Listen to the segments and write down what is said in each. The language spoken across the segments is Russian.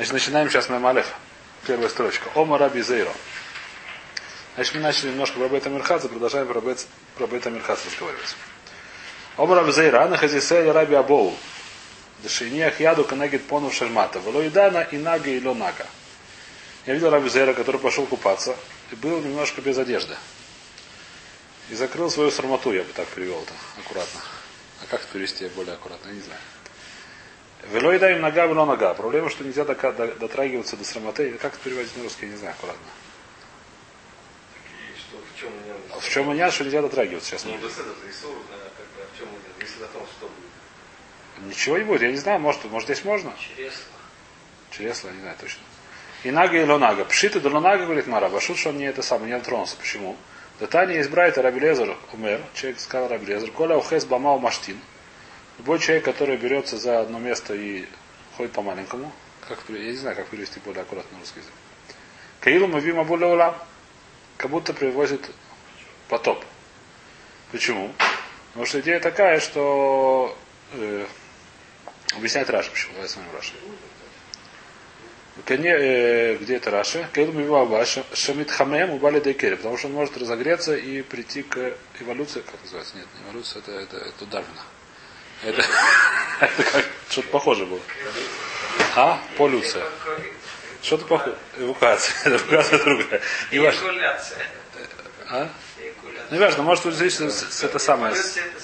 Значит, начинаем сейчас Мемалев. Первая строчка. Ома Раби Зейро. Значит, мы начали немножко про Бейт Амирхац, и продолжаем про Бейт Амирхац разговаривать. Ома Раби Зейро. Ана Хазисея Раби Абоу. Дешиниях яду канагит понув шальмата. Велоидана и нага и лонага. Я видел Раби Зейра, который пошел купаться, и был немножко без одежды. И закрыл свою сармату, я бы так перевел это аккуратно. А как это перевести более аккуратно, я не знаю. Велой даем нога, вело нога. Проблема, что нельзя дотрагиваться до сарматы. Как это переводить на русский, я не знаю, аккуратно. В чем нет, что нельзя дотрагиваться сейчас. Ничего не будет, я не знаю, может здесь можно? Чересло, я не знаю точно. И нага и лонага. Пшиты до лонага, говорит Мара. Башут, что он не это самое, не дотронулся. Почему? В Тане есть брайта Раби Лезер умер. Человек сказал Раби Лезер. Коля ухес бамау маштин. Любой человек, который берется за одно место и ходит по маленькому. Я не знаю, как перевести более аккуратно на русский язык. Каилу мы вима более улам. Как будто привозит потоп. Почему? Потому что идея такая, что объясняет Раши. Почему? Давай смотрим Раши. Где это Раши? Шамит хамем убали декери, потому что он может разогреться и прийти к эволюции. Как называется? Нет, не эволюция, это Дарвина. Это как что-то похоже было. А? Полюция. Что-то похоже. Эвакуация. Эвакуация другая. Эякуляция. А? Не важно, может быть здесь это самое.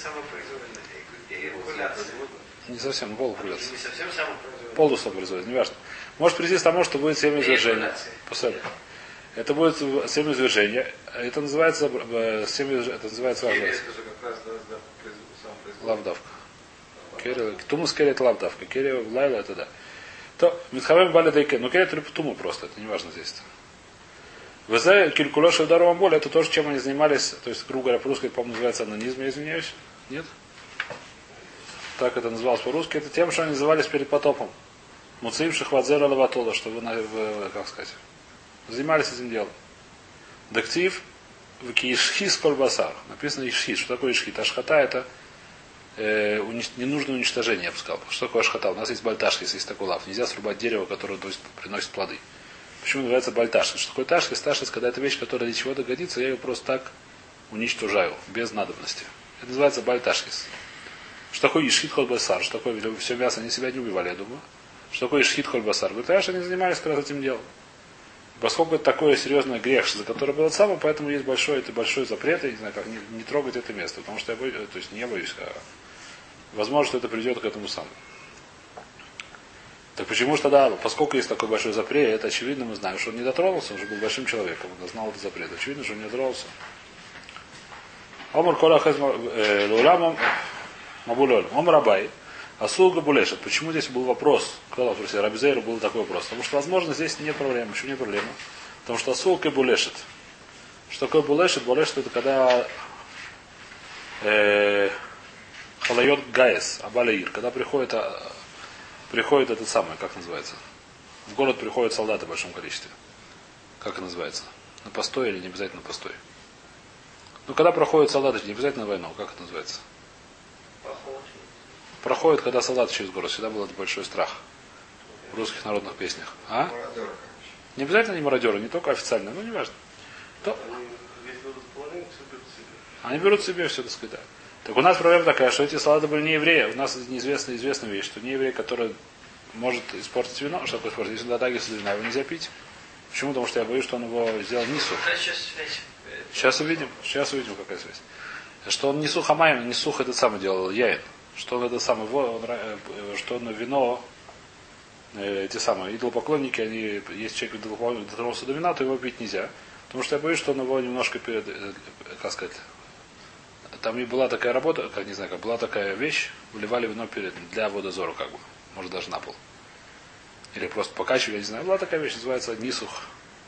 Не совсем, полупроизводство. Не совсем самопроизводство. Полусопроизводство, не важно. Может прийти к тому, что будет 7 извержений. Это будет 7 извержений. Это называется 7 это называется лавдавка. Тумус керри это лавдавка. Керри лайла это да. То Митхавем бали дайке. Но керри это туму просто, это не важно здесь. Вызай килькулоша ударом боли, это тоже чем они занимались, то есть, грубо говоря, по-русски, по-моему, называется анонизм, я извиняюсь. Нет? Так это называлось по-русски. Это тем, что они назывались перед потопом. Муцим шахвадзера лаватола, чтобы, как сказать, занимались этим делом. Дактив в кишхис кольбасар. Написано ишхис. Что такое ишхит? Ашхата это ненужное уничтожение, я бы сказал. Что такое ашхата? У нас есть бальташхис, есть такой лав. Нельзя срубать дерево, которое приносит плоды. Почему называется бальташхис? Что такое ташхис? Ташхис, когда это вещь, которая для чего-то годится, я ее просто так уничтожаю, без надобности. Это называется бальташхис. Что такое ишхит кольбасар? Что такое все мясо? Они себя не убивали, я думаю. Что такое ишхит кольбасар? Говорит, они занимались как раз этим делом. Поскольку это такой серьезный грех, за который было самое, поэтому есть большой запрет, я не знаю, как не трогать это место. Потому что я боюсь, то есть не я боюсь, а возможно, что это придет к этому самому. Так почему же тогда, поскольку есть такой большой запрет, это очевидно, мы знаем, что он не дотронулся, он же был большим человеком, он знал этот запрет. Очевидно, что он не дотронулся. Омар кола луламом мабулёль. Омар Абай. Асулга булешет. Почему здесь был вопрос? Кто спросил? Раби Зейру был такой вопрос. Потому что, возможно, здесь нет проблем. Почему нет проблемы? Потому что асулка булешет. Что такое булешет? Булешет это когда халайот гаес, абалаир. Когда приходит этот самый, как называется? В город приходят солдаты в большом количестве. Как это называется? На постой или не обязательно на постой? Ну, когда проходят солдаты, не обязательно на войну. Как это называется? Проходит, когда солдаты через город. Всегда был это большой страх. В русских народных песнях. А? Не обязательно не мародеры, не только официально, но не важно. Они берут себе все, так сказать, да. Так у нас проблема такая, что эти солдаты были не евреи. У нас известная вещь, что не еврей, который может испортить вино. Что такое испортить? Если он додагивается до вина, его нельзя пить. Почему? Потому что я боюсь, что он его сделал нису. Сейчас увидим, какая связь. Что он нису хамаем, нисух этот самый делал, яин. Что он это самое, что он вино, эти самые идолопоклонники, они, если человек дотронулся до вина, то его пить нельзя. Потому что я боюсь, что он его немножко как сказать, там и была такая работа, как не знаю, как была такая вещь, вливали вино для водозора, как бы, может даже на пол. Или просто покачивали, я не знаю. Была такая вещь, называется нисух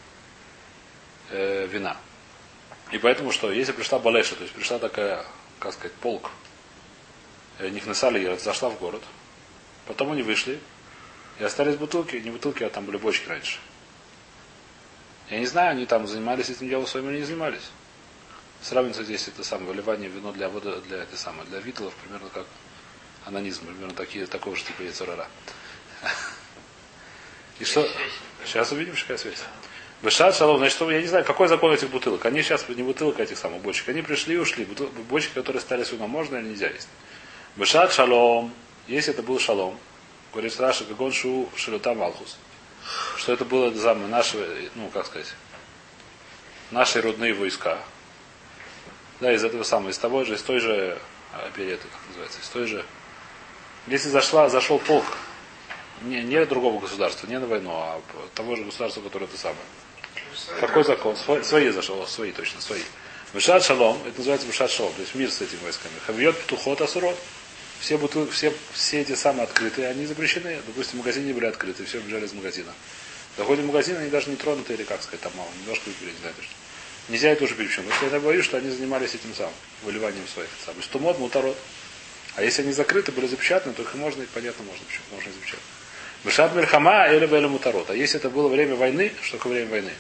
вина. И поэтому что, если пришла балеша, то есть пришла такая, как сказать, полк, Нихнесали зашла в город. Потом они вышли. И остались бутылки. Не бутылки, а там были бочки раньше. Я не знаю, они там занимались этим делом своим или не занимались. Сравнивается здесь это самое выливание вино для воды, для витлов, примерно как анонизм, примерно такого же типа яцерара. И что? Сейчас увидим, какая связь. Бешат шалом, значит, я не знаю, какой закон этих бутылок. Они сейчас не бутылок этих самых бочек. Они пришли и ушли. Бочки, которые стали сюда, можно или нельзя есть. Бешат шалом, если это был шалом, говорит Раша, как он шу шелюта малхус. Что это было наши, ну, как сказать, наши родные войска. Да, из этого самого, из того же, из той же, опереты, как называется, из той же. Если зашел полк, не другого государства, не на войну, а того же государства, которое это самое. Какой закон? Свои зашел, свои точно, свои. Бешат шалом, это называется бешат шалом, то есть мир с этими войсками. Хавьет птухот асурот. Все бутылки, все эти самые открытые, они запрещены. Допустим, в магазине были открыты, все бежали из магазина. Заходим в магазин, они даже не тронуты, или как сказать, там мало, немножко выпили, не знаю точно. Нельзя это уже пить. Почему? Потому что я боюсь, что они занимались этим самым, выливанием своих самых. Стумот, мутарот. А если они закрыты, были запечатаны, то их можно, и понятно, можно, почему можно запечатать. Бешат мельхама или бэля мутарот. А если это было время войны, что такое время войны?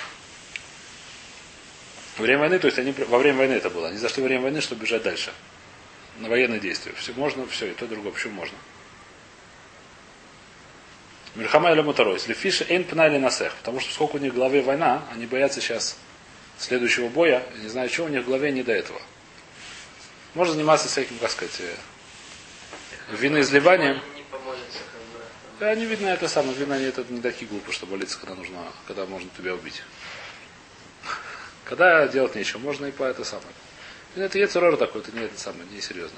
Время войны, то есть они во время войны это было. Они зашли во время войны, чтобы бежать дальше. На военные действия. Все можно, все, и то, и другое. Почему можно? Мельхама или мутарот. Если фиши эйн пна или насех. Потому что сколько у них в голове война, они боятся сейчас следующего боя. Не знаю, чего у них в голове не до этого. Можно заниматься всяким, как сказать, виноизливанием. Да, не видно это самое. Видно, они это не такие глупые, что молиться, когда нужно, когда можно тебя убить. Когда делать нечего, можно и по это самое. Это яцерор такой, это не это самое, не серьезно.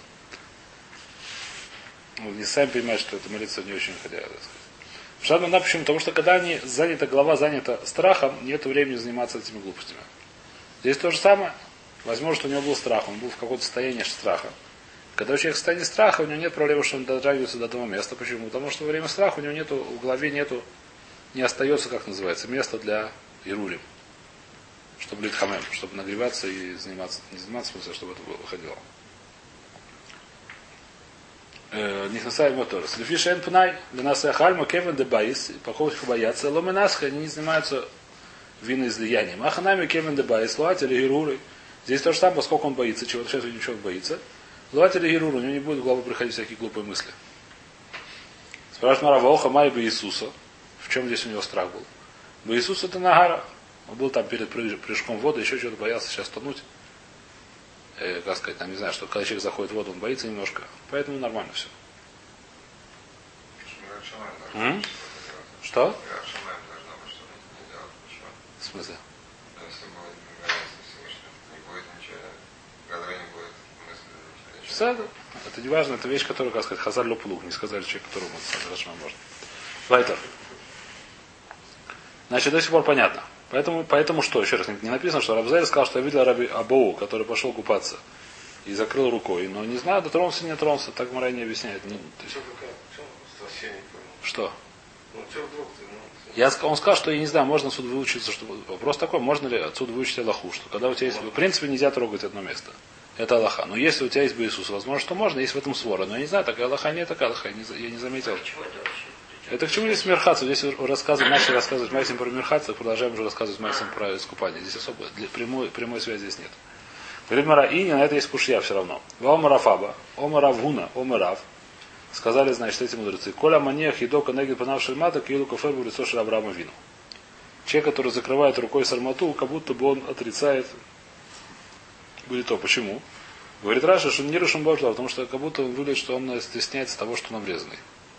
Не сами понимают, что это молиться не очень хотят, так сказать. Шадмана почему? Потому что когда они занята, голова занята страхом, нет времени заниматься этими глупостями. Здесь то же самое. Возможно, что у него был страх, он был в каком-то состоянии страха. Когда у человека в состоянии страха, у него нет проблемы, что он дотрагивается до одного места. Почему? Потому что во время страха у него нету, в голове нету, не остается, как называется, места для ирулим. Чтобы лить хамем, чтобы нагреваться и заниматься, не заниматься, в смысле, чтобы это выходило. Нихнасай моторс. Лефиш эн пнай, для нас хальма кевен де баис, по поводу их боятся, ломенасха, они не занимаются виноизлиянием. Аханами кевен де баис, луатели гируры. Здесь то же самое, поскольку он боится чего-то, сейчас ничего боится. Луатели гируры, у него не будет в голову приходить всякие глупые мысли. Спрашивает Мараволха, май бы Иисуса. В чем здесь у него страх был? Бы Иисус это Нагара. Он был там перед прыжком в воду, еще что-то боялся сейчас тонуть. Как сказать, там не знаю, что когда человек заходит в воду, он боится немножко. Поэтому нормально все. Что? В смысле? Это не важно, это вещь, которую, как сказать, Хазар Лопулух, не сказали человек, которому можно. Лайтер. Значит, до сих пор понятно. Поэтому что, еще раз, не написано, что Рабзель сказал, что я видел Раби Абоу, который пошел купаться и закрыл рукой. Но не знаю, дотронулся, не тронулся, так Марай не объясняет. Что? Он сказал, что я не знаю, можно отсюда выучиться, что вопрос такой, можно ли отсюда выучить Аллаху, что когда у тебя есть, в принципе, нельзя трогать одно место. Это Аллаха. Но если у тебя есть Иисус, возможно, что можно, есть в этом свора. Но я не знаю, такая Аллаха, нет такая Аллаха, я не заметил. Это к чему здесь Мирхацу? Здесь рассказывать, начали рассказывать Майсим про Мирхацу, продолжаем уже рассказывать Майсим про искупание. Здесь особо прямой связи здесь нет. Говорит Мара Ини, на это есть кушья все равно. Ваомарафаба, Омаравгуна, Омарав. Сказали, значит, эти мудрецы. Коля манех едока негид панавший мата, киилу кафер в лицо Авраама вину. Человек, который закрывает рукой сармату, как будто бы он отрицает. Будет то. Почему? Говорит Раша, что не решим Божьего, потому что как будто он выглядит, что он стесняется того, что он обрезанный.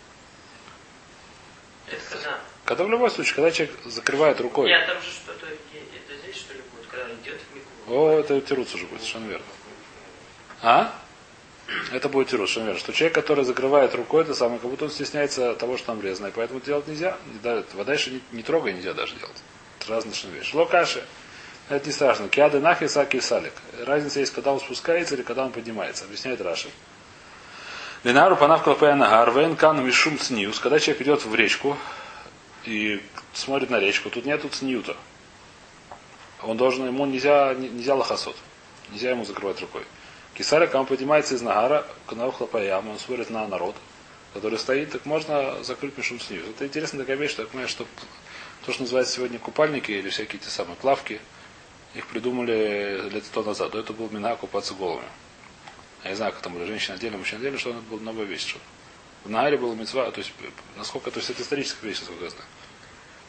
Это когда? Когда в любом случае, когда человек закрывает рукой. Нет, там же что-то, это здесь что ли будет, когда он идет в микву? О, это тирус уже будет, совершенно верно. А? Это будет тирус, совершенно верно. Что человек, который закрывает рукой, это самое, как будто он стесняется того, что там врезано. И поэтому делать нельзя. Вода еще не трогай, нельзя даже делать. Это разные вещи. Локаши. Это не страшно. Киады нахи саки салик. Разница есть, когда он спускается или когда он поднимается. Объясняет Раши. Ленару панавка пэна вен кан мишум цниус. Когда человек идет в речку и смотрит на речку, тут нету цниута. Он должен, ему нельзя лохосот. Нельзя ему закрывать рукой. Кисарик, когда он поднимается из Нагара, канавхлапаяма, он смотрит на народ, который стоит, так можно закрыть мишум цниус. Это интересная такая вещь, что я понимаю, что то, что называется сегодня купальники или всякие те самые плавки, их придумали лет 100 назад. До этого был мина купаться голыми. Я не знаю, как там были женщины отдельно, мужчины отдельно, что это была новая вещь. Что в Нагаре была мицва, то есть, насколько, то есть это историческая вещь, насколько я знаю.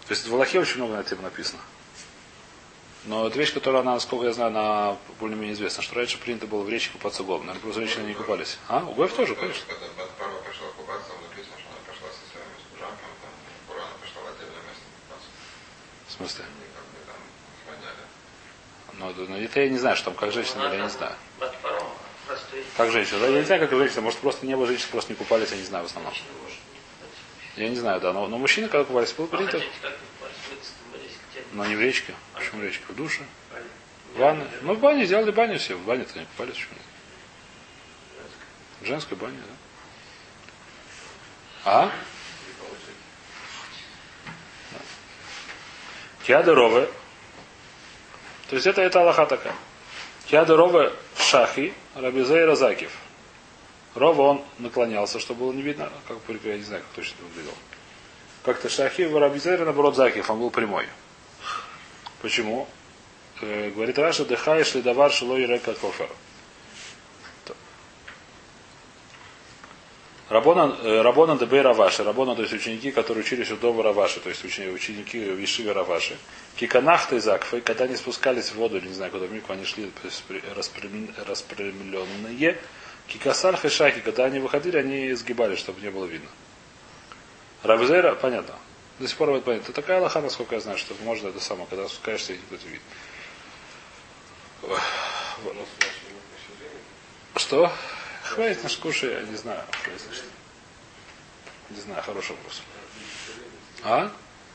То есть в Аллахе очень много на эту тему написано. Но это вещь, которая, она, насколько я знаю, она более-менее известна, что раньше принято было в речке купаться голым. Наверное, просто женщины не купались. А? У Гоев тоже, конечно. Когда Бат-Парва пошла купаться, там написано, что она пошла со своими служанками, там, Курана пошла в отдельное место купаться. В смысле? Они как бы там охраняли. Ну, это я не знаю, что там как женщина, я не знаю. Батпаром простой. Как женщина? Да, я не знаю, как женщина. Может, просто не было женщин, просто не купались, я не знаю в основном. Я не знаю, да. Но мужчины, когда купались, было принято. Но не в речке. Почему в речке? В душе. В ванне. Ну, в бане делали баню все. В бане-то не купались, почему нет? В женской бане, да. А? Киадеровы. То есть это Аллаха такая. Киадеровы шахи, Рабизей Розакив. Рова он наклонялся, чтобы было не видно, как я не знаю, как точно это выглядело. Как-то шахи, в Рабизей, наоборот, Закив, он был прямой. Почему? Говорит Раша, дыхай, шли давар, шило и река кофер. Рабона дебей Раваши. Рабона, то есть ученики, которые учились у дома Раваши, то есть ученики Вишивы Раваши. Киканахта и Закфы, когда они спускались в воду, или не знаю, куда в мику, они шли распрямленные. Кикасальх и Шахи, когда они выходили, они сгибали, чтобы не было видно. Равзера, понятно. До сих пор это понятно. Это такая лоха, насколько я знаю, что можно это самое, когда спускаешься, и никто это видит. Что? Хватит наш кушай, я не знаю. Не знаю, хороший вопрос. А?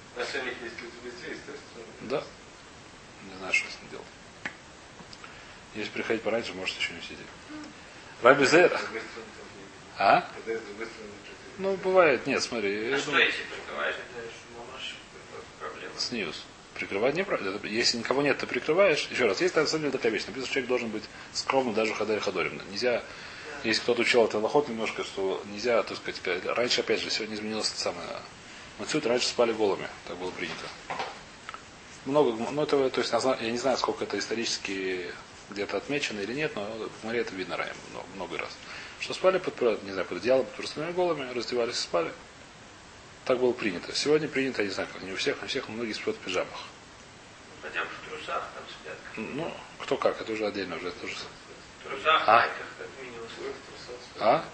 Да. Не знаю, что с ним делать. Если приходить пораньше, может еще не сидеть. Раби Зейра. А? Ну, бывает. Нет, смотри. Что если прикрываешь, это проблема. Снизу. Прикрывать неправильно. Если никого нет, ты прикрываешь. Еще раз, есть на самом деле такая вещь. Написано, что человек должен быть скромным даже хадарь ходорим. Нельзя, если кто-то учил это лохот немножко, что нельзя, так сказать, раньше, опять же, сегодня изменилось это самое. Отсюда раньше спали голыми. Так было принято. Много, ну это, то есть, я не знаю, сколько это исторически где-то отмечено или нет, но в море это видно ранее, много раз. Что спали под, не знаю, под одеялом, под простыми голыми, раздевались и спали. Так было принято. Сегодня принято, я не знаю, не у всех, но многие спят в пижамах. Хотя бы в трусах там спят. Ну, кто как, это уже отдельно, уже тоже. В трусах, майках, как минимум. А?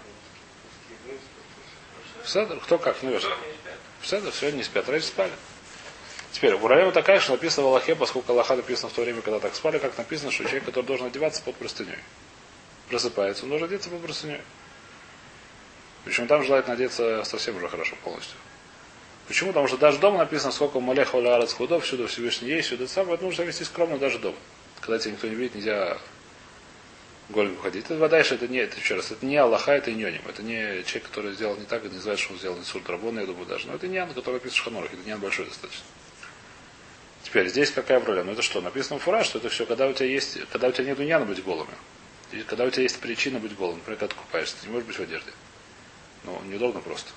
В Седр? Кто как, наверное. В Седр сегодня не спят, раньше спали. Теперь, проблема такая, что написано в Аллахе, поскольку Аллаха написано в то время, когда так спали, как написано, что человек, который должен одеваться под простыней. Просыпается, он должен одеться под простыней. Причем там желательно одеться совсем уже хорошо полностью. Почему? Потому что даже дома написано, сколько малеха улярец худов, всюду Всевышний есть, сюда сам, поэтому нужно вести скромно даже дома. Когда тебя никто не видит, нельзя голым выходить. Это вода, что это не, это еще раз, это не Аллаха, это ньоним. Это не человек, который сделал не так, и не знает, что он сделал не сурд рабона, я думаю даже. Но это не ан, который написан в Шханорах, это не ан большой достаточно. Теперь, здесь какая проблема? Ну это что? Написано в Фура, что это все, когда у тебя нет ньяна быть голыми. И когда у тебя есть причина быть голым, например, когда ты купаешься, ты не можешь быть в одежде. Ну, неудобно просто.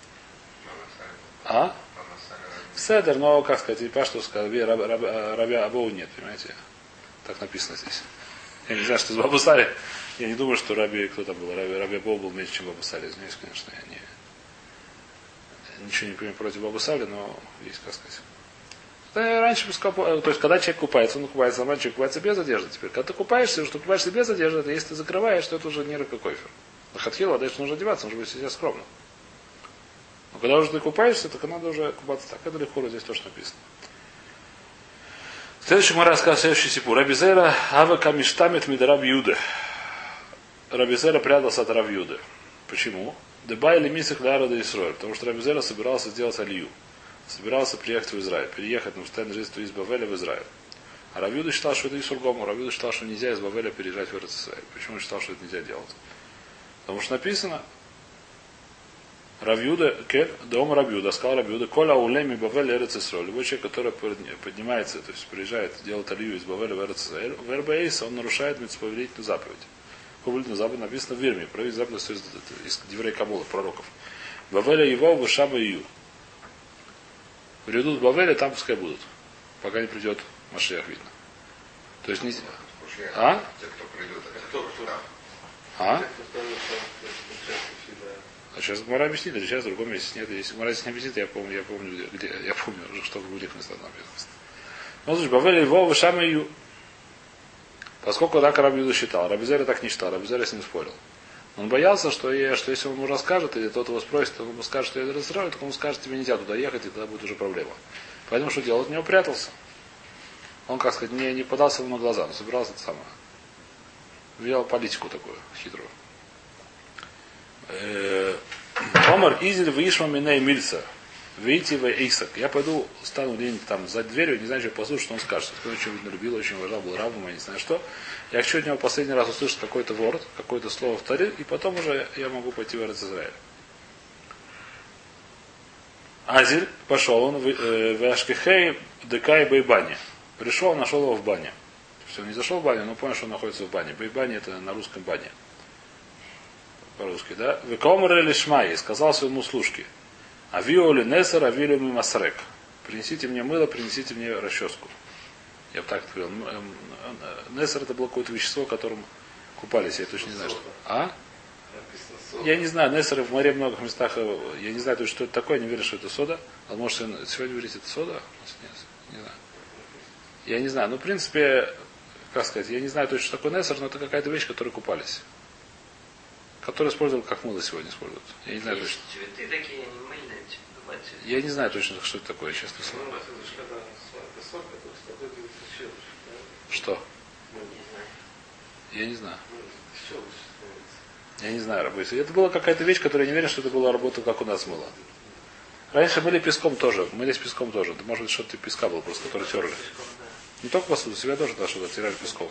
А? Седер, но, как сказать, и что сказать, Раби Абоу нет, понимаете? Так написано здесь. Я не знаю, что из Бабу Сари. Я не думаю, что Раби, кто там был, Раби Абоу был меньше, чем Бабу Сари. Извиняюсь, конечно, я ничего не понимаю против Бабу Сари, но есть, как сказать. Да, раньше, то есть, когда человек купается, он купается, а человек купается без одежды. Теперь, когда ты купаешься, что купаешься без одежды, это если ты закрываешь, то это уже не ракокойфер. На хатхилу, а дальше нужно одеваться, нужно быть себя скромно. Но когда уже ты купаешься, то надо уже купаться так. Это легко, здесь тоже написано. Следующий мы рассказываем следующий сипур. Рабизера Ава Камиштамит Мидараб Юды. Рабизера прятался от Рав Юды. Почему? Дебай или Мисах Ларада Исроэль. Потому что Рабизера собирался сделать алию. Собирался приехать в Израиль. Переехать на постоянное жительство из Бавеля в Израиль. А Рав Юда считал, что это Исургому. Рав Юда считал, что нельзя из Бавеля переезжать в Израиль. Почему он считал, что это нельзя делать? Потому что написано Рав Юда, дом Рав Юда, сказал Рав Юда, Коля улеми Бавель Эрец Исроэль. Любой человек, который поднимается, то есть приезжает, делает алию из Бавеля в Эрец Исроэль, в РБАС он нарушает митцвовелительную заповедь. Повелительную заповедь написано в Вирме. Проведь заповедь из Деврей Кабула, пророков. Бавеля его, Вышаба Ию. Придут в Бавеля, там пускай будут. Пока не придет Машиах, видно. То есть не... А? Те, кто придет, А? А сейчас Гмара объяснит, или сейчас в другом месте нет. Если Гмара здесь не объяснит, я помню, что в других местах написано. Ну, слушай, Бавели его вышамаю. Поскольку так Рабиуда считал. Рабизера так не считал, Рабизера с ним спорил. Он боялся, что если он ему расскажет, или тот его спросит, он ему скажет, что я разрываю, то он скажет, тебе нельзя туда ехать, и тогда будет уже проблема. Поэтому что делал? Он от него прятался. Он, как сказать, не подался ему на глаза, но собирался это самое. Вел политику такую хитрую. Омар Изель Вишма Миней Мильца. Видите вы Исак. Я пойду, стану где-нибудь там за дверью, не знаю, что послушать, что он скажет. Он очень любил, очень уважал, был рабом, я не знаю что. Я хочу от него последний раз услышать какой-то ворд, какое-то слово в Таре, и потом уже я могу пойти в Эрец-Израиль. Азиль пошел он в Ашкехей Декай Бейбани. Пришел, нашел его в бане. Все, он не зашел в баню, но понял, что он находится в бане. Бейбани это на русском бане. По-русски, да? Векомер или Шмай, сказал своему служке. Авиоли Несер, авиоли Масрек. Принесите мне мыло, принесите мне расческу. Я бы так говорил. Несер это было какое-то вещество, которым купались. Я точно не знаю, что. А? Я не знаю, Несер в море в многих местах. Я не знаю, что это такое, не верю, что это сода. А может, сегодня говорить, это сода? Нет, не знаю. Я не знаю. Ну, в принципе, как сказать, я не знаю точно, что такое Несер, но это какая-то вещь, которой купались. Которую использовали, как мыло сегодня используют. Я не знаю точно. Цветы такие, они мыльные, типа, я не знаю точно, что это такое, честно слово. Что? Я не знаю. Я не знаю, работает. Это была какая-то вещь, которая я не уверен, что это была работа, как у нас мыло. Раньше мыли песком тоже. Мылись песком тоже. Это может быть что-то песка было, просто который терли. Не только посуду, себя тоже что-то оттирали песком.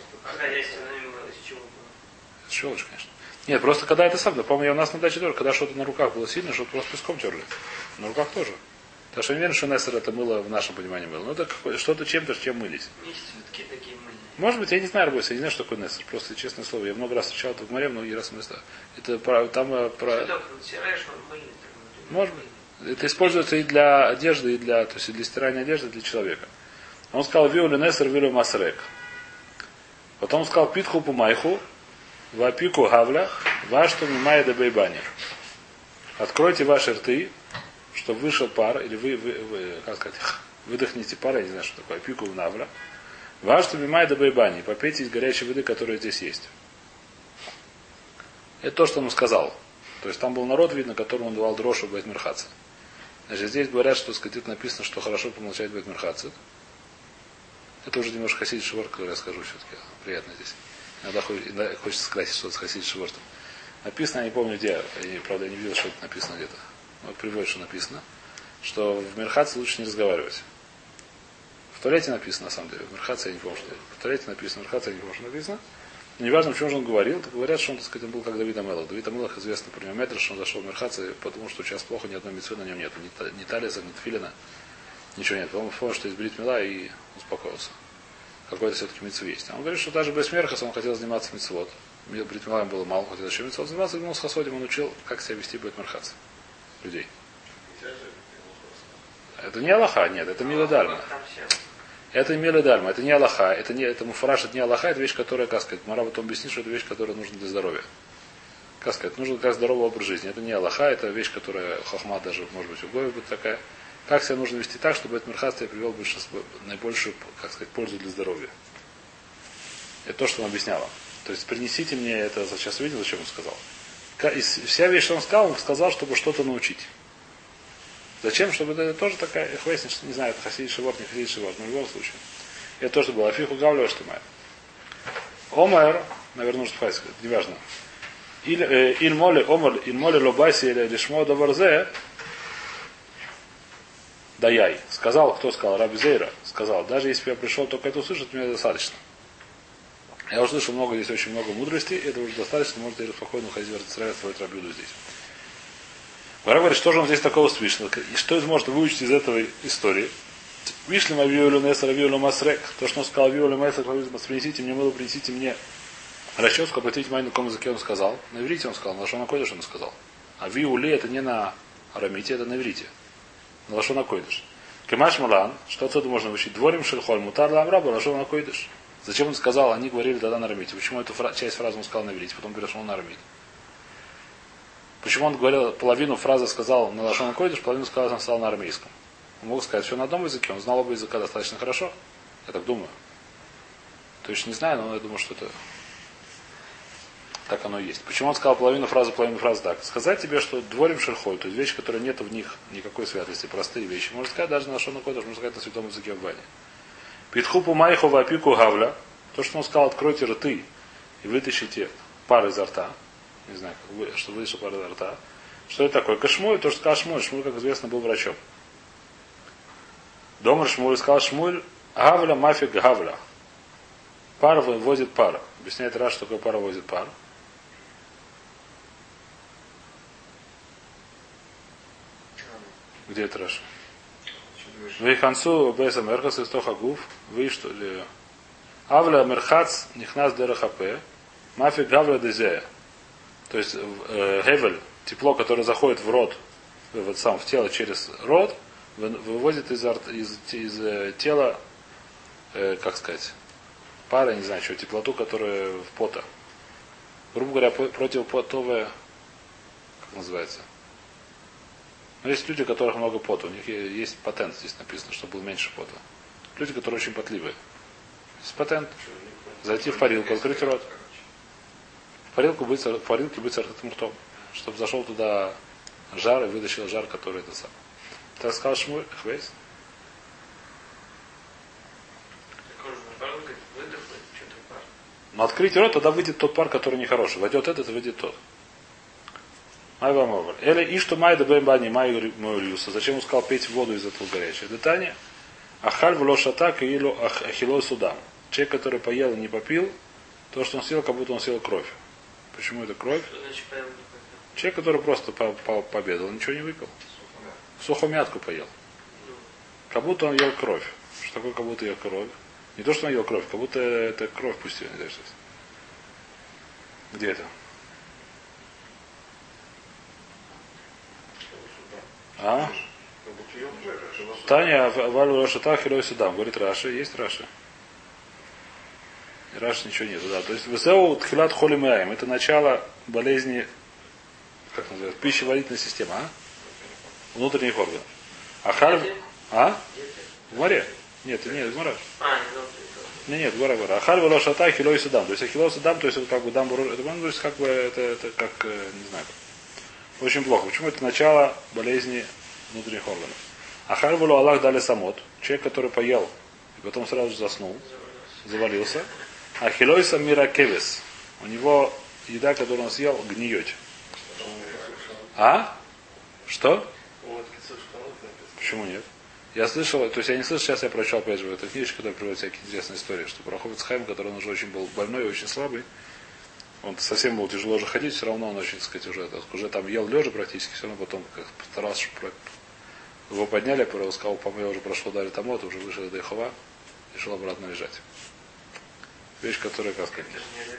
Это щелочь, конечно. Нет, просто когда это сам, да, помню, я у нас на даче тоже, когда что-то на руках было сильно, что просто песком терли. На руках тоже. Так что я не уверен, что Несер это мыло в нашем понимании мыло. Ну это что-то чем-то, чем мылись. Есть цветки такие мыльные. Может быть, я не знаю, Арбойс, я не знаю, что такое Несер. Просто честное слово, я много раз встречал это в море, многие раз места. Это там про. Цветок вытираешь, он мыльный. Может быть. Это используется и для одежды, и для, то есть и для стирания одежды, и для человека. Он сказал, виолю Несер, виолю Масрек. Потом он сказал, питху пумайху, вапику гавля, вашту мимая де бейбани. Откройте ваши рты, чтобы вышел пар, или вы как сказать, выдохните пар, я не знаю, что такое, пику в навля. Вашту мимая де бейбани. Попейте из горячей воды, которая здесь есть. Это то, что он сказал. То есть там был народ, видно, которому он давал дрожь в Бейт-Мирхаце. Значит, здесь говорят, что, сказать, написано, что хорошо помолчать Бейт-Мирхаце. Это уже немножко хасидий шевор, который я скажу все-таки. Приятно здесь. Иногда хочется скрасить что-то с хасидий шевортом. Написано, я не помню где, правда, я не видел, что это написано где-то. Но приводит, что написано, что в Мирхаце лучше не разговаривать. В туалете написано, на самом деле. В Мирхаце я не помню, что в туалете написано, в Мирхаце я не помню, что написано. Неважно, в чем же он говорил, то говорят, что он, так сказать, был как Давид Амелах. Давид Амелах известно про него метр, что он зашел в Мирхаце, потому что сейчас плохо, ни одной митцвы на нем нет. Ни талиса, ни тфилина, ничего нет. Он понял, что есть брит мила и успокоился. Какой-то все-таки митцвы есть. А он говорит, что даже без Мерхаса он хотел заниматься митцвот. Брит мила было мало, хотел еще митцвот заниматься, и с Хасодим он учил, как себя вести будет Мирхаце. Людей. Это не Аллаха, нет, это Мила Дальма. Это Мила Дальма, это не Аллаха, это муфараш, это не Аллаха, это вещь, которая, как сказать, Мара потом объяснит, что это вещь, которая нужна для здоровья. Как сказать, нужен как здоровый образ жизни. Это не Аллаха, это вещь, которая хохма даже, может быть, у Гоев будет такая. Как себя нужно вести так, чтобы этот Мирхац тебе привел наибольшую, как сказать, пользу для здоровья. Это то, что он объяснял. То есть принесите мне это, сейчас увидел, зачем он сказал. Вся вещь, что он сказал, чтобы что-то научить. Зачем? Чтобы это тоже такая, я выяснил, что не знаю, это хасидий шевор, не хасидий шевор, но в любом случае. Это то, что было. Афиху гавлю, что мэр. Омер, наверное, нужно сказать, неважно. Иль моли лобайси или лишмо даварзе, даяй. Сказал, кто сказал? Раби Зейра сказал, даже если бы я пришел только это услышать, мне достаточно. Я услышал много, здесь очень много мудрости, это уже достаточно, может я спокойно ходить в Израиль, строить рабиуду здесь. Гара говорит, что же он здесь такого смешного? И что можно выучить из этой истории? Вишлем авиолю несар авиолю масрек. То, что он сказал авиолю масрек, принесите мне мыло, принесите мне расческу, обратите внимание, на каком языке он сказал. На иврите он сказал, на лашон койдыш он сказал. А виули это не на арамите, это на иврите. На лашон койдыш. Кемаш малан, что отсюда можно выучить? Дворим шельхоль мутар ламраба лашон койдыш. Зачем он сказал, они говорили тогда на арамите? Почему эту часть фразы он сказал на иврите, потом перешел на арамит? Почему он говорил, половину фразы сказал на лашон койдыш, половину сказал, он сказал на армейском. Он мог сказать все на одном языке, он знал оба языка достаточно хорошо. Я так думаю. Точно не знаю, но я думаю, что это так оно и есть. Почему он сказал половину фразы так? Сказать тебе, что дворим шерхой, то есть вещи, которые нет в них никакой святости, простые вещи. Можно сказать даже на лашон койдыш, можно сказать на святом языке в бане. Питхупу майху вапику гавля. То, что он сказал, откройте рты и вытащите пар изо рта. Не знаю, что вышел пар изо рта. Что это такое? Кашмуль, то, что сказал Шмуль. Шмуль, как известно, был врачом. Домар Шмуль сказал Шмуль, гавля мафик гавля. Пар вывозит пар. Объясняет раз, что такое пар вывозит пар. Где это Раш? Вейхансу бейса мерхас из тохагуф. Вы что ли? Авля мерхац нихнас дерахапе. Мафик гавля дезея. То есть гевель, тепло, которое заходит в рот, в тело через рот, выводит из тела, как сказать, пара, я не знаю, что, теплоту, которая в пота. Грубо говоря, противопотовая, как называется. Но есть люди, у которых много пота, у них есть патент, здесь написано, чтобы было меньше пота. Люди, которые очень потливые. Есть патент. Зайти в парилку, открыть рот. В парилке быть с открытым ртом. Чтобы зашел туда жар и вытащил жар, который это сам. Так сказал Шмуль, хвейс. Но открыть рот, тогда выйдет тот пар, который нехороший. Войдет этот, и выйдет тот. Или и что май дабэм бани май юса. Зачем он сказал петь воду из этого горячего? Детание. Ахаль в лошатак и илу ахилой судам. Человек, который поел и не попил, то, что он съел, как будто он съел кровь. Почему это кровь? Человек, который просто пообедал, ничего не выпил. Сухомятку поел. Как будто он ел кровь. Что такое, как будто ел кровь? Не то, что он ел кровь, как будто это кровь пустил. Не знаю, что это. Где это? А? Таня Валю Рашатах Хилой Судам. Говорит Раша, есть Раша. И Раша ничего нет. Да. То есть Весеу Тхилат Холи Мэйм. Это начало болезни, как называется, пищеварительной системы, а? Внутренних органов. А халь. А? В море? Нет, в море. Нет, гора. Ахаль Валю Рашатах Хилой Судам. То есть Хилой Судам, то есть это как бы дам это, то есть как бы это как, не знаю. Очень плохо. Почему это начало болезни внутренних органов? Ахарвулу Аллах дали самот. Человек, который поел и потом сразу же заснул, завалился. Ахилойса миракевис. У него еда, которую он съел, гниет. А? Что? Почему нет? Я слышал, то есть я не слышал, сейчас я прочел опять же в этой книжке, которая приводит всякие интересные истории, что Проховец Хайм, который он уже очень был больной и очень слабый, он совсем был тяжело же ходить, все равно он очень, так сказать, уже там ел лежа практически, все равно потом как постарался, чтобы его подняли, сказал, по-моему, уже прошло дали томот, уже вышел до Ихова и шел обратно лежать. Вещь, которая, как сказать,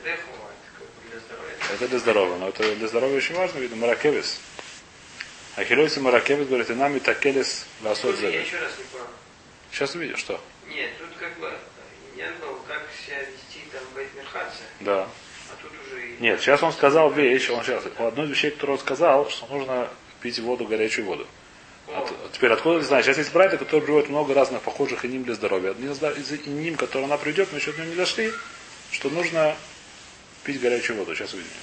это для здоровья, но это для здоровья очень важно, видно, маракевис. Ахилойси маракевис говорит, и нами такелис ласот зеве. Сейчас увидишь, что? Нет, тут как бы я был, как себя вести там в Бейт-Мерхаце. Да. Уже... Нет, сейчас он сказал вещь, одну из вещей, которую он сказал, что нужно пить воду, горячую воду. Теперь откуда ты знаешь? Сейчас есть братья, которые приводят много разных похожих иним для здоровья. Один из иним, который она придет, мы еще от него не дошли, что нужно пить горячую воду. Сейчас увидим.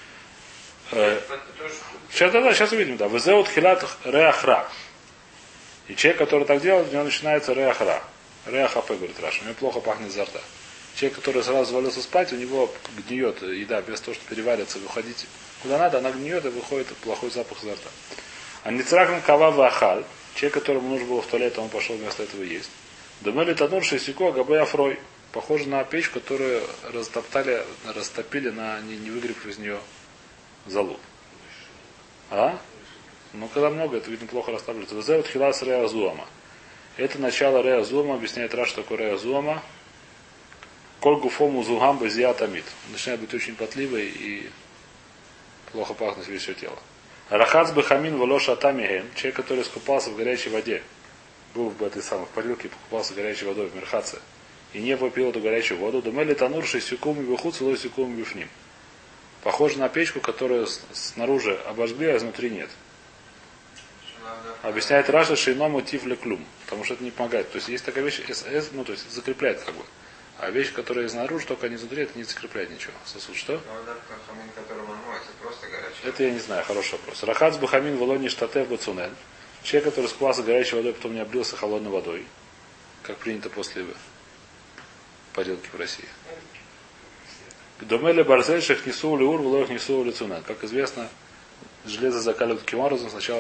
Сейчас увидим, да. Везеут хилат реахра. И человек, который так делает, у него начинается реахра. Реахапе, говорит Раша. У него плохо пахнет изо рта. Человек, который сразу завалился спать, у него гниет еда, без того, чтобы перевариться, выходить куда надо, она гниет и выходит плохой запах изо рта. А ницракан кава вахаль, человек, которому нужно было в туалет, он пошел вместо этого есть. Думали танур шейсику агабе афрой. Похоже на печь, которую растопили, не выгреб из нее залу. А? Ну, когда много, это, видно, плохо растапливается. Вызывают хилас реа зуама. Это начало реа зуама, объясняет Раш, что такое реа зуама. Коль гуфому зугам безиатамид. Начинает быть очень потливой и плохо пахнуть весь все тело. Рахац бахамин волоша атамиген. Человек, который искупался в горячей воде, был в этой самой парилке, покупался горячей водой в Мерхаце, и не попил эту горячую воду, думали танур шейсюкум и бихуц, лой сюкум бифним. Похоже на печку, которую снаружи обожгли, а изнутри нет. Объясняет Раша шейному тифле клюм. Потому что это не помогает. То есть есть такая вещь, ну то есть закрепляет как бы. А вещь, которая изнаружи, только не изнутри, это не закрепляет ничего. Сосуд что? Хамин, которым он моется, просто горячий. Это я не знаю, хороший вопрос. Рахац бухамин волони штатев бацунен. Человек, который скупался горячей водой, потом не облился холодной водой. Как принято после поделки в России. Домели барзель шехнису леур влоих нису лицунен. Как известно, железо закаливают таким образом, сначала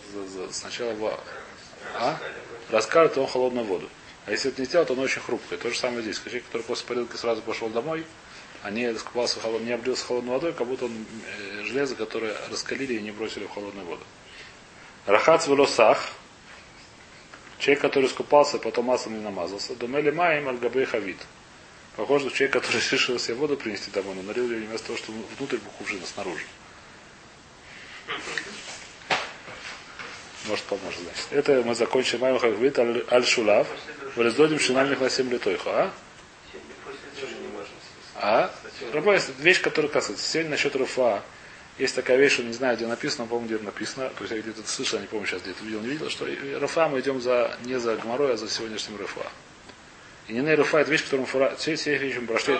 раскаливают, он холодную воду. А если это не сделать, то оно очень хрупкое. То же самое здесь. Человек, который после поделки сразу пошел домой, а не искупался не облился холодной водой, как будто он железо, которое раскалили и не бросили в холодную воду. Рахац велосах. Человек, который искупался, потом маслом не намазался. Домели маем альгабей хавит. Похоже, человек, который решил себе воду принести домой, но налил ее вместо того, что внутрь кувшина, снаружи. Может поможет, значит. Это мы закончим маем хавит аль-шулав. Вылездодим шинальных на 7 литойха. Вещь, которая касается. Сегодня насчет РФА. Есть такая вещь, что не знаю, где написано, по-моему, где написано. То есть я где-то слышал, не помню сейчас, где-то видел, не видел, что РФА мы идем не за Гмарой, а за сегодняшним РФА. И не на РФА, это вещь, которую мы все вещи мы прошли.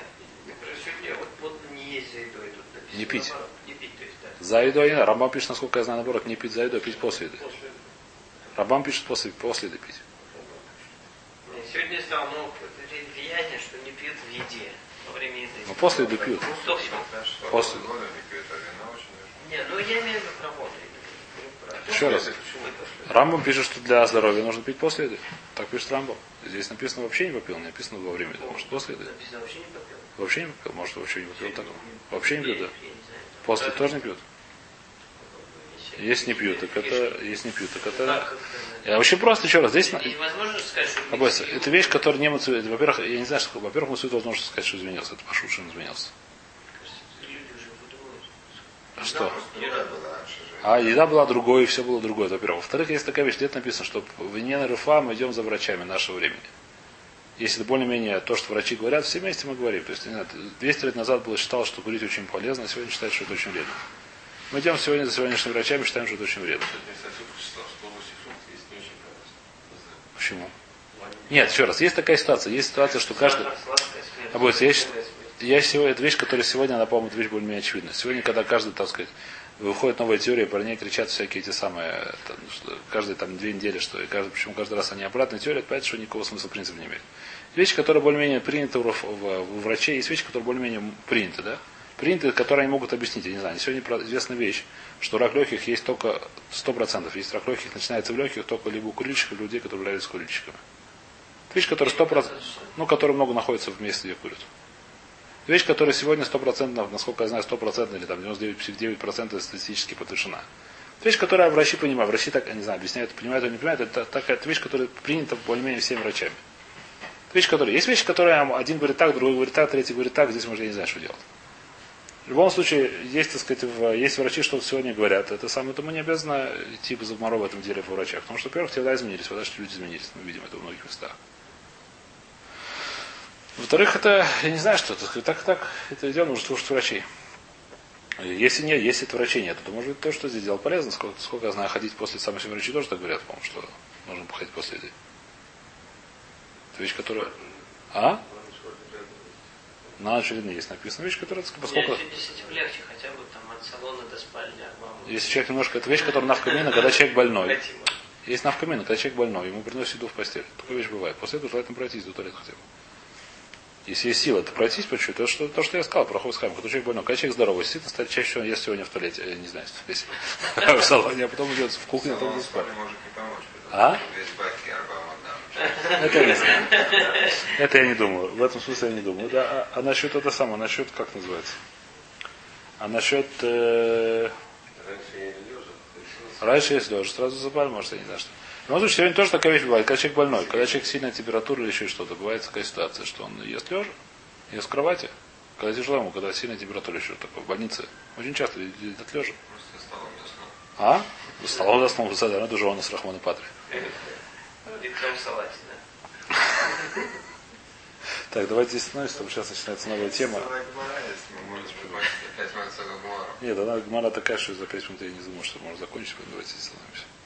Не пить. За едой, Рамбам пишет, насколько я знаю, наоборот, не пить за едой, пить после еды. Рамбам пишет после еды пить. Сегодня стало влияние, что не пьют в еде во время еды. Но после еды пьют. После. Не, ну я имею в виду про воду. Еще раз. Рамбам пишет, что для здоровья нужно пить после еды. Так пишет Рамбам. Здесь написано вообще не попил, не написано во время еды. Может после еды. Написано вообще не попил. Вообще не попил, может вообще не попил такого. Вообще не пьют, да? После тоже не пьют. Если не пьют, так это. Я очень просто еще раз. Здесь невозможно сказать, что обойся. Это вещь, которая не муцует. Во-первых, я не знаю, что. Во-первых, муцует возможно сказать, что изменился. Это пошут, что он изменился. Что? Еда была другой, и все было другое. Во-первых. Во-вторых, есть такая вещь, где написано, что в не на РФА мы идем за врачами нашего времени. Если более-менее то, что врачи говорят, все вместе мы говорим. То есть, не знаю, 200 лет назад было считалось, что курить очень полезно, а сегодня считают, что это очень вредно. Мы идем сегодня за сегодняшними врачами, считаем, что это очень вредно. Почему? Нет, еще раз, есть такая ситуация. Есть ситуация, что каждый. Это вещь, которая сегодня, она, по-моему, вещь более-менее очевидна. Сегодня, когда каждый, так сказать, выходит новая теория, про ней кричат всякие эти самые, что каждые 2 недели, что почему каждый раз они обратная теория, это понятно, что никакого смысла в принципе не имеет. Вещи, которые более-менее приняты у врачей, есть вещи, которые более-менее приняты, да? Приняты, которые они могут объяснить. Я не знаю, сегодня известная вещь, что рак легких есть только 100%. Есть рак легких, начинается в легких только либо у курильщиков, либо у людей, которые являются курильщиками. Вещь, которая 100%, которые много находятся в месте, где курят. Вещь, которая сегодня 100%, насколько я знаю, 100% или там 99% статистически подтверждена. Вещь, которая врачи понимают. Врачи так, я не знаю, объясняют, понимают или не понимают, это такая вещь, которая принята более-менее всеми врачами. Вещь, которая. Есть вещи, которые один говорит так, другой говорит так, третий говорит так, здесь можно я не знаю, что делать. В любом случае, есть, так сказать, есть врачи, что сегодня говорят. Это самое, то мы не обязаны идти за Гмарой в этом деле по врачах. Потому что, во-первых, всегда изменились, вода, что люди изменились. Мы видим это в многих местах. Во-вторых, это, я не знаю, что это. Так, это дело нужно слушать врачей. Если нет, если это врачей нет, то может быть то, что здесь делал полезно. Сколько я знаю, ходить после самых врачей тоже так говорят, по-моему, что нужно походить после еды. Это вещь, которая. На очередно есть написано вещь, которая, поскольку. Если легче, хотя бы там от салона до спальни. Если человек немножко, это вещь, которая навкамина, когда человек больной. Есть навкамина, когда человек больной, ему приносят еду в постель. Такая вещь бывает. После этого желательно пройтись до туалета хотя бы. Если есть сила, то пройтись почему? То, что я сказал, про хойсхайм, когда человек больной. Когда человек здоровый, сидит, стать чаще всего ест сегодня в туалете, я не знаю, в салоне, а потом идет в кухню, а потом спать. Это я не знаю. Это я не думаю. В этом смысле я не думаю. Да, а насчет это самое, насчет, как называется? А насчет. Раньше есть лежа, сразу запали, может, я не знаю что. В любом случае, сегодня тоже такая вещь бывает. Когда человек больной, когда человек сильная температура или еще что-то, бывает такая ситуация, что он ест лежа, ест в кровати. Когда тяжело ему, когда сильная температура еще такое, в больнице. Очень часто едят лежа. За столом заснул, да, это уже у нас Рахман и Патри. Литром салате, да? Так, давайте здесь остановимся, потому что сейчас начинается новая тема. Нет, она Гмара такая, что за 5 минут я не думаю, что можно закончить, поэтому давайте здесь остановимся.